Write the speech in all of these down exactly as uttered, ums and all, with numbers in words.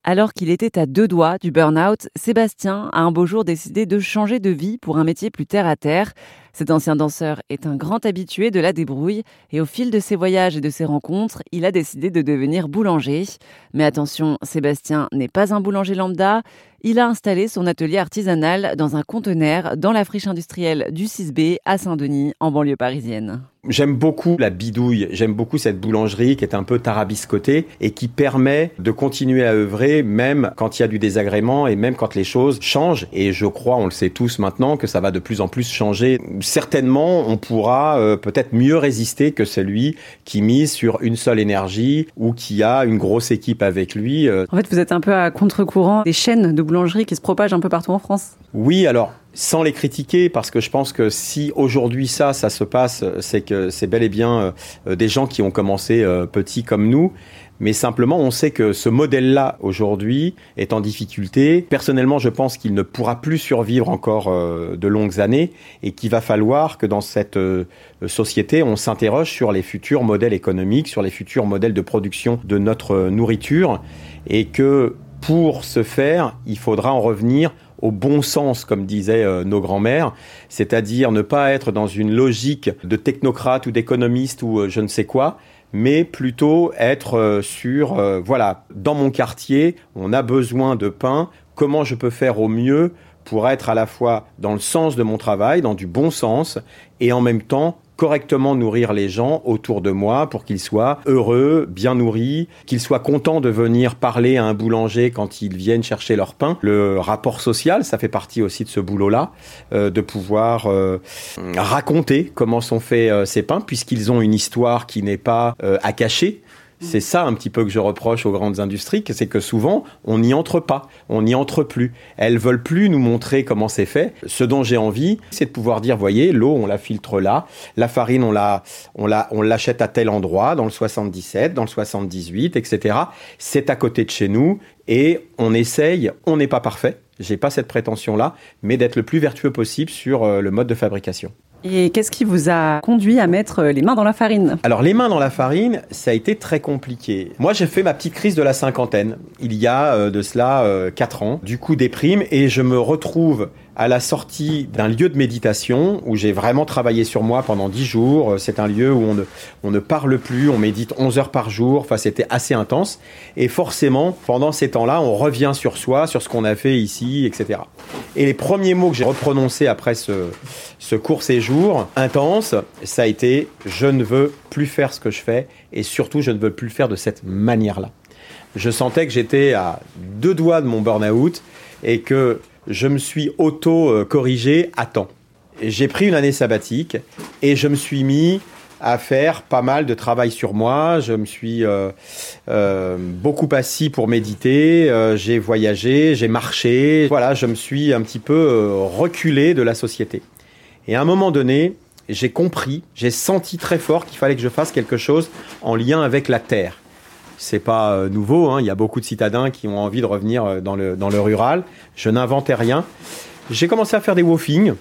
Alors qu'il était à deux doigts du burn-out, Sébastien a un beau jour décidé de changer de vie pour un métier plus terre-à-terre. Cet ancien danseur est un grand habitué de la débrouille et au fil de ses voyages et de ses rencontres, il a décidé de devenir boulanger. Mais attention, Sébastien n'est pas un boulanger lambda. Il a installé son atelier artisanal dans un conteneur dans la friche industrielle du six B à Saint-Denis, en banlieue parisienne. J'aime beaucoup la bidouille, j'aime beaucoup cette boulangerie qui est un peu tarabiscotée et qui permet de continuer à œuvrer même quand il y a du désagrément et même quand les choses changent. Et je crois, on le sait tous maintenant, que ça va de plus en plus changer. Certainement, on pourra euh, peut-être mieux résister que celui qui mise sur une seule énergie ou qui a une grosse équipe avec lui. En fait, vous êtes un peu à contre-courant des chaînes de boulangerie qui se propagent un peu partout en France. Oui, alors... sans les critiquer, parce que je pense que si aujourd'hui ça, ça se passe, c'est que c'est bel et bien euh, des gens qui ont commencé euh, petits comme nous. Mais simplement, on sait que ce modèle-là, aujourd'hui, est en difficulté. Personnellement, je pense qu'il ne pourra plus survivre encore euh, de longues années et qu'il va falloir que dans cette euh, société, on s'interroge sur les futurs modèles économiques, sur les futurs modèles de production de notre euh, nourriture. Et que pour ce faire, il faudra en revenir au bon sens, comme disaient euh, nos grands-mères, c'est-à-dire ne pas être dans une logique de technocrate ou d'économiste ou euh, je ne sais quoi, mais plutôt être euh, sur, euh, voilà, dans mon quartier, on a besoin de pain, comment je peux faire au mieux pour être à la fois dans le sens de mon travail, dans du bon sens, et en même temps correctement nourrir les gens autour de moi pour qu'ils soient heureux, bien nourris, qu'ils soient contents de venir parler à un boulanger quand ils viennent chercher leur pain. Le rapport social, ça fait partie aussi de ce boulot-là, euh, de pouvoir euh, raconter comment sont faits euh, ces pains, puisqu'ils ont une histoire qui n'est pas euh, à cacher. C'est ça un petit peu que je reproche aux grandes industries, c'est que souvent, on n'y entre pas, on n'y entre plus. Elles veulent plus nous montrer comment c'est fait. Ce dont j'ai envie, c'est de pouvoir dire, voyez, l'eau, on la filtre là, la farine, on la, on la, on l'achète à tel endroit, dans le soixante-dix-sept, dans le soixante-dix-huit, et cetera. C'est à côté de chez nous et on essaye, on n'est pas parfait, j'ai pas cette prétention-là, mais d'être le plus vertueux possible sur le mode de fabrication. Et qu'est-ce qui vous a conduit à mettre les mains dans la farine ? Alors, les mains dans la farine, ça a été très compliqué. Moi, j'ai fait ma petite crise de la cinquantaine, il y a euh, de cela euh, quatre ans. Du coup, déprime, et je me retrouve à la sortie d'un lieu de méditation où j'ai vraiment travaillé sur moi pendant dix jours. C'est un lieu où on ne, on ne parle plus, on médite onze heures par jour. Enfin, c'était assez intense. Et forcément, pendant ces temps-là, on revient sur soi, sur ce qu'on a fait ici, et cetera. Et les premiers mots que j'ai reprononcés après ce, ce court séjour intense, ça a été « je ne veux plus faire ce que je fais et surtout, je ne veux plus le faire de cette manière-là ». Je sentais que j'étais à deux doigts de mon burn-out et que je me suis auto-corrigé à temps. J'ai pris une année sabbatique et je me suis mis à faire pas mal de travail sur moi. Je me suis euh, euh, beaucoup assis pour méditer, euh, j'ai voyagé, j'ai marché. Voilà, je me suis un petit peu euh, reculé de la société. Et à un moment donné, j'ai compris, j'ai senti très fort qu'il fallait que je fasse quelque chose en lien avec la terre. C'est pas euh, nouveau, hein. Il y a beaucoup de citadins qui ont envie de revenir dans le, dans le rural. Je n'inventais rien. J'ai commencé à faire des woofings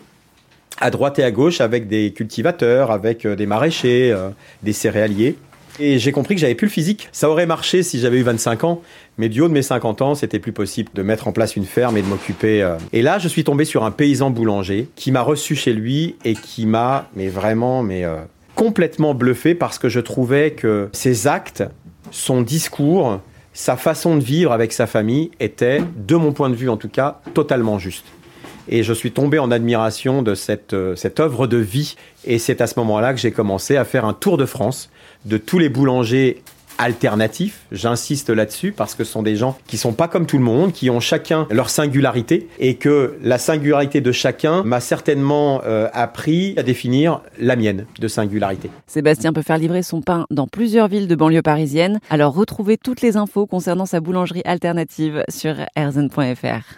à droite et à gauche avec des cultivateurs, avec euh, des maraîchers, euh, des céréaliers. Et j'ai compris que j'avais plus le physique. Ça aurait marché si j'avais eu vingt-cinq ans, mais du haut de mes cinquante ans, c'était plus possible de mettre en place une ferme et de m'occuper. Euh... Et là, je suis tombé sur un paysan boulanger qui m'a reçu chez lui et qui m'a, mais vraiment, mais euh, complètement bluffé parce que je trouvais que ses actes, son discours, sa façon de vivre avec sa famille était, de mon point de vue en tout cas, totalement juste. Et je suis tombé en admiration de cette, euh, cette œuvre de vie. Et c'est à ce moment-là que j'ai commencé à faire un tour de France de tous les boulangers alternatifs. J'insiste là-dessus parce que ce sont des gens qui sont pas comme tout le monde, qui ont chacun leur singularité et que la singularité de chacun m'a certainement euh, appris à définir la mienne de singularité. Sébastien peut faire livrer son pain dans plusieurs villes de banlieue parisienne. Alors retrouvez toutes les infos concernant sa boulangerie alternative sur erzen point f r.